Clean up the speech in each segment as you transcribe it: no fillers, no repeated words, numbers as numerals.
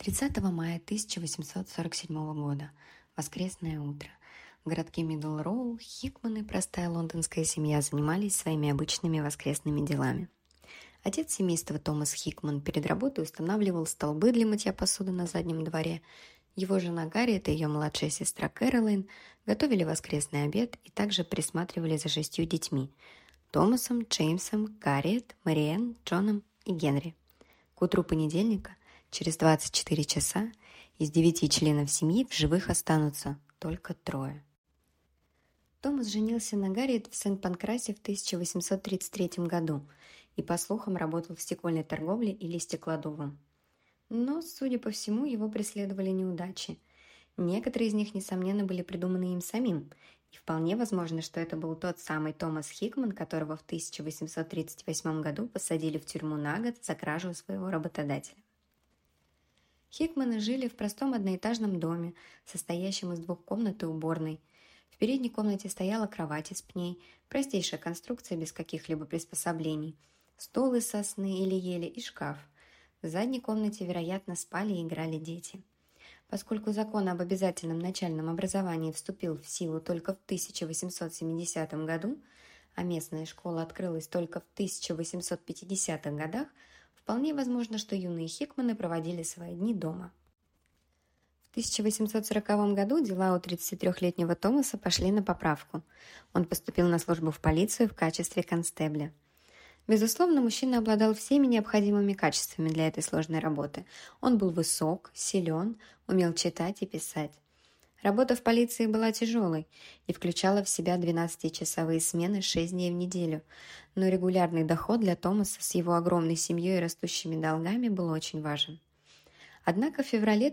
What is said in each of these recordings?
30 мая 1847 года. Воскресное утро. В городке Мидл-Роу Хикман и простая лондонская семья занимались своими обычными воскресными делами. Отец семейства Томас Хикман перед работой устанавливал столбы для мытья посуды на заднем дворе. Его жена Гарриет и ее младшая сестра Кэролайн готовили воскресный обед и также присматривали за 6 детьми – Томасом, Джеймсом, Гарриет, Мэриэн, Джоном и Генри. К утру понедельника, через 24 часа, из 9 членов семьи в живых останутся только 3. Томас женился на Гарриет в Сент-Панкрасе в 1833 году и, по слухам, работал в стекольной торговле или стеклодувом. Но, судя по всему, его преследовали неудачи. Некоторые из них, несомненно, были придуманы им самим, и вполне возможно, что это был тот самый Томас Хикман, которого в 1838 году посадили в тюрьму на год за кражу своего работодателя. Хикманы жили в простом одноэтажном доме, состоящем из 2 комнат и уборной. В передней комнате стояла кровать из пней, простейшая конструкция без каких-либо приспособлений, стол из сосны или ели и шкаф. В задней комнате, вероятно, спали и играли дети. Поскольку закон об обязательном начальном образовании вступил в силу только в 1870 году, а местная школа открылась только в 1850-х годах, вполне возможно, что юные Хикманы проводили свои дни дома. В 1840 году дела у 33-летнего Томаса пошли на поправку. Он поступил на службу в полицию в качестве констебля. Безусловно, мужчина обладал всеми необходимыми качествами для этой сложной работы. Он был высок, силен, умел читать и писать. Работа в полиции была тяжелой и включала в себя 12-часовые смены 6 дней в неделю, но регулярный доход для Томаса с его огромной семьей и растущими долгами был очень важен. Однако в феврале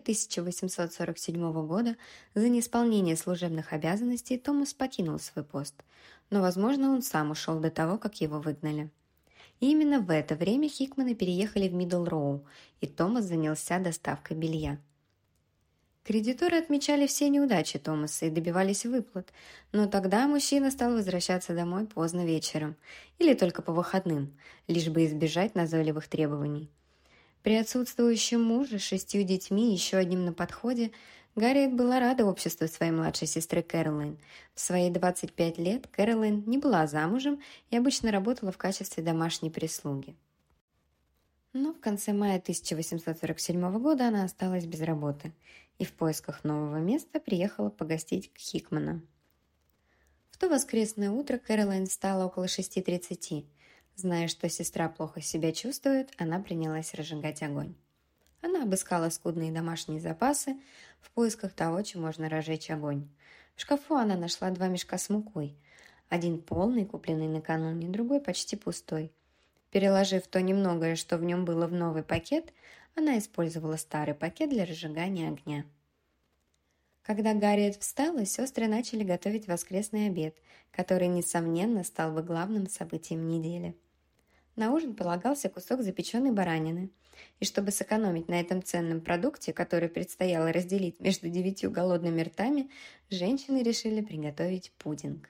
1847 года за неисполнение служебных обязанностей Томас покинул свой пост, но, возможно, он сам ушел до того, как его выгнали. И именно в это время Хикманы переехали в Мидл-Роу, и Томас занялся доставкой белья. Кредиторы отмечали все неудачи Томаса и добивались выплат, но тогда мужчина стал возвращаться домой поздно вечером или только по выходным, лишь бы избежать назойливых требований. При отсутствующем муже, 6 детьми и еще одним на подходе, Гарриет была рада обществу своей младшей сестры Кэролайн. В свои 25 лет Кэролайн не была замужем и обычно работала в качестве домашней прислуги. Но в конце мая 1847 года она осталась без работы и в поисках нового места приехала погостить к Хикманам. В то воскресное утро Кэролайн встала около 6:30. Зная, что сестра плохо себя чувствует, она принялась разжигать огонь. Она обыскала скудные домашние запасы в поисках того, чем можно разжечь огонь. В шкафу она нашла 2 мешка с мукой. Один полный, купленный накануне, другой почти пустой. Переложив то немногое, что в нем было, в новый пакет, она использовала старый пакет для разжигания огня. Когда Гарриет встала, сестры начали готовить воскресный обед, который, несомненно, стал бы главным событием недели. На ужин полагался кусок запеченной баранины, и чтобы сэкономить на этом ценном продукте, который предстояло разделить между 9 голодными ртами, женщины решили приготовить пудинг.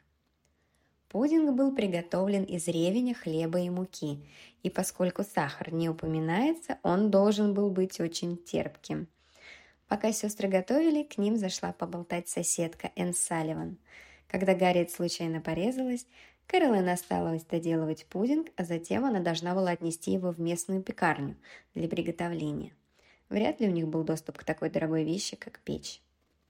Пудинг был приготовлен из ревеня, хлеба и муки, и поскольку сахар не упоминается, он должен был быть очень терпким. Пока сестры готовили, к ним зашла поболтать соседка Энн Салливан. Когда Гарриет случайно порезалась, Кэролайн осталась доделывать пудинг, а затем она должна была отнести его в местную пекарню для приготовления. Вряд ли у них был доступ к такой дорогой вещи, как печь.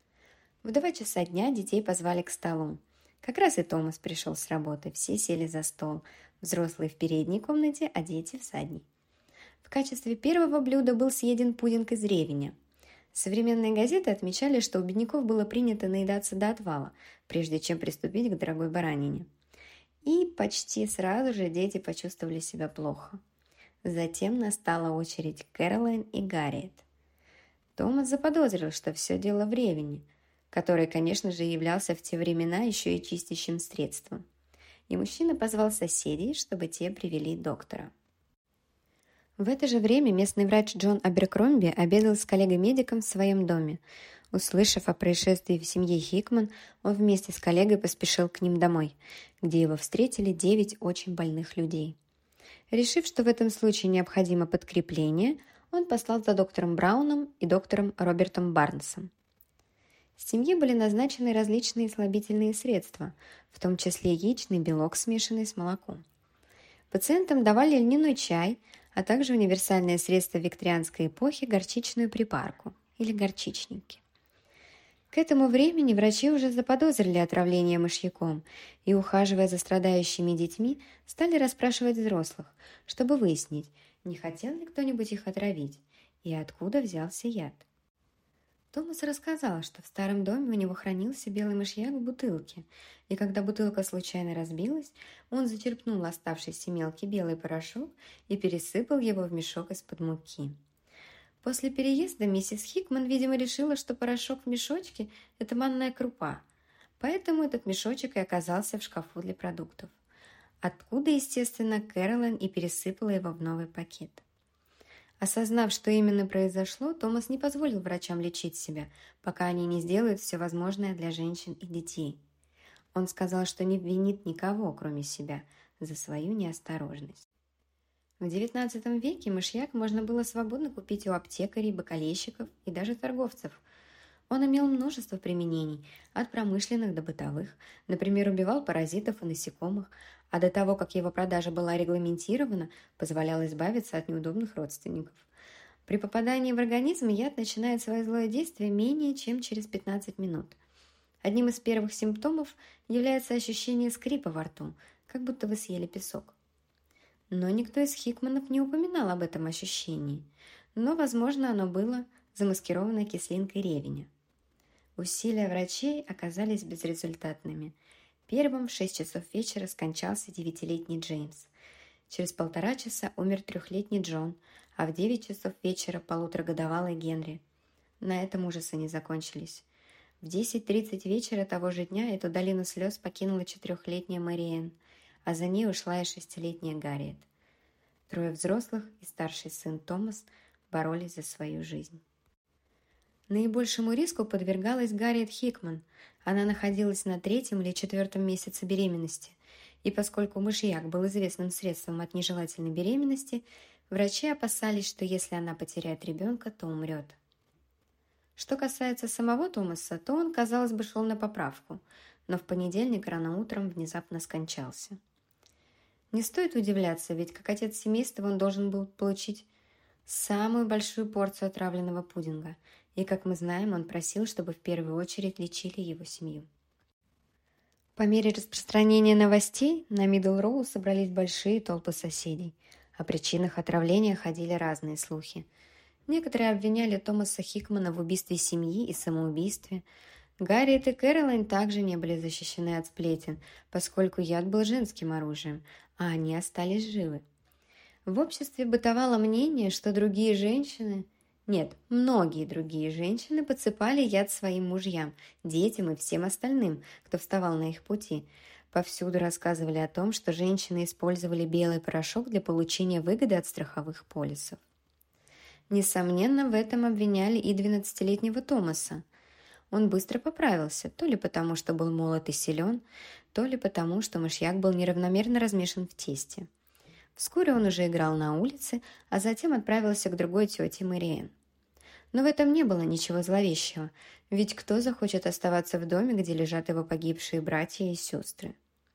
В 2 часа дня детей позвали к столу. Как раз и Томас пришел с работы, все сели за стол, взрослые в передней комнате, а дети в задней. В качестве первого блюда был съеден пудинг из ревеня. Современные газеты отмечали, что у бедняков было принято наедаться до отвала, прежде чем приступить к дорогой баранине. И почти сразу же дети почувствовали себя плохо. Затем настала очередь Кэролайн и Гарриет. Томас заподозрил, что все дело в ревене, который, конечно же, являлся в те времена еще и чистящим средством. И мужчина позвал соседей, чтобы те привели доктора. В это же время местный врач Джон Аберкромби обедал с коллегой-медиком в своем доме. Услышав о происшествии в семье Хикман, он вместе с коллегой поспешил к ним домой, где его встретили 9 очень больных людей. Решив, что в этом случае необходимо подкрепление, он послал за доктором Брауном и доктором Робертом Барнсом. Семье были назначены различные слабительные средства, в том числе яичный белок, смешанный с молоком. Пациентам давали льняной чай, а также универсальное средство викторианской эпохи – горчичную припарку или горчичники. К этому времени врачи уже заподозрили отравление мышьяком и, ухаживая за страдающими детьми, стали расспрашивать взрослых, чтобы выяснить, не хотел ли кто-нибудь их отравить и откуда взялся яд. Томас рассказал, что в старом доме у него хранился белый мышьяк в бутылке, и когда бутылка случайно разбилась, он зачерпнул оставшийся мелкий белый порошок и пересыпал его в мешок из-под муки. После переезда миссис Хикман, видимо, решила, что порошок в мешочке – это манная крупа, поэтому этот мешочек и оказался в шкафу для продуктов. Откуда, естественно, Кэролайн и пересыпала его в новый пакет. Осознав, что именно произошло, Томас не позволил врачам лечить себя, пока они не сделают все возможное для женщин и детей. Он сказал, что не винит никого, кроме себя, за свою неосторожность. В XIX веке мышьяк можно было свободно купить у аптекарей, бакалейщиков и даже торговцев. Он имел множество применений, от промышленных до бытовых, например, убивал паразитов и насекомых, а до того, как его продажа была регламентирована, позволял избавиться от неудобных родственников. При попадании в организм яд начинает свое злое действие менее чем через 15 минут. Одним из первых симптомов является ощущение скрипа во рту, как будто вы съели песок. Но никто из Хикманов не упоминал об этом ощущении, но, возможно, оно было замаскировано кислинкой ревеня. Усилия врачей оказались безрезультатными. Первым в 6 часов вечера скончался 9-летний Джеймс. Через 1,5 часа умер 3-летний Джон, а в 9 часов вечера 1,5-годовалый Генри. На этом ужасы не закончились. В 10:30 вечера того же дня эту долину слез покинула 4-летняя Мэриэн, а за ней ушла и 6-летняя Гарриет. 3 взрослых и старший сын Томас боролись за свою жизнь. Наибольшему риску подвергалась Гарриет Хикман. Она находилась на 3-м или 4-м месяце беременности, и поскольку мышьяк был известным средством от нежелательной беременности, врачи опасались, что если она потеряет ребенка, то умрет. Что касается самого Томаса, то он, казалось бы, шел на поправку, но в понедельник рано утром внезапно скончался. Не стоит удивляться, ведь как отец семейства он должен был получить самую большую порцию отравленного пудинга, и, как мы знаем, он просил, чтобы в первую очередь лечили его семью. По мере распространения новостей на Мидл-Роу собрались большие толпы соседей. О причинах отравления ходили разные слухи. Некоторые обвиняли Томаса Хикмана в убийстве семьи и самоубийстве. Гарриет и Кэролайн также не были защищены от сплетен, поскольку яд был женским оружием, а они остались живы. В обществе бытовало мнение, что многие другие женщины подсыпали яд своим мужьям, детям и всем остальным, кто вставал на их пути. Повсюду рассказывали о том, что женщины использовали белый порошок для получения выгоды от страховых полисов. Несомненно, в этом обвиняли и 12-летнего Томаса. Он быстро поправился, то ли потому, что был молод и силен, то ли потому, что мышьяк был неравномерно размешан в тесте. Вскоре он уже играл на улице, а затем отправился к другой тете Мэриэн. Но в этом не было ничего зловещего, ведь кто захочет оставаться в доме, где лежат его погибшие братья и сестры?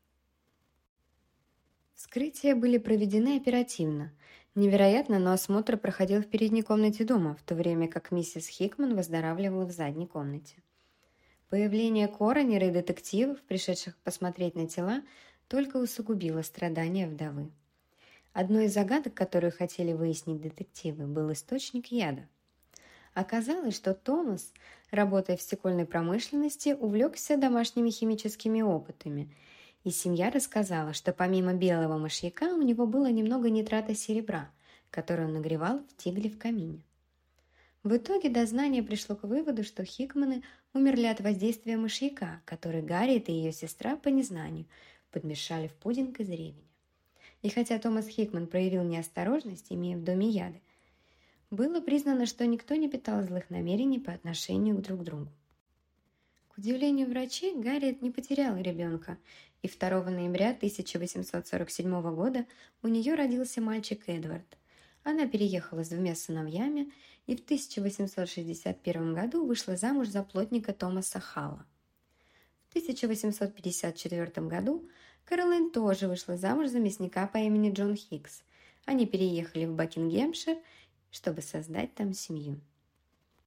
Вскрытия были проведены оперативно. Невероятно, но осмотр проходил в передней комнате дома, в то время как миссис Хикман выздоравливала в задней комнате. Появление коронера и детективов, пришедших посмотреть на тела, только усугубило страдания вдовы. Одной из загадок, которую хотели выяснить детективы, был источник яда. Оказалось, что Томас, работая в стекольной промышленности, увлекся домашними химическими опытами, и семья рассказала, что помимо белого мышьяка у него было немного нитрата серебра, который он нагревал в тигле в камине. В итоге дознание пришло к выводу, что Хикманы умерли от воздействия мышьяка, который Гарриет и ее сестра по незнанию подмешали в пудинг из ревеня. И хотя Томас Хикман проявил неосторожность, имея в доме яды, было признано, что никто не питал злых намерений по отношению друг к другу. К удивлению врачей, Гарриет не потеряла ребенка, и 2 ноября 1847 года у нее родился мальчик Эдвард. Она переехала с двумя сыновьями и в 1861 году вышла замуж за плотника Томаса Халла. В 1854 году Кэролайн тоже вышла замуж за мясника по имени Джон Хикс. Они переехали в Бакингемшир, чтобы создать там семью.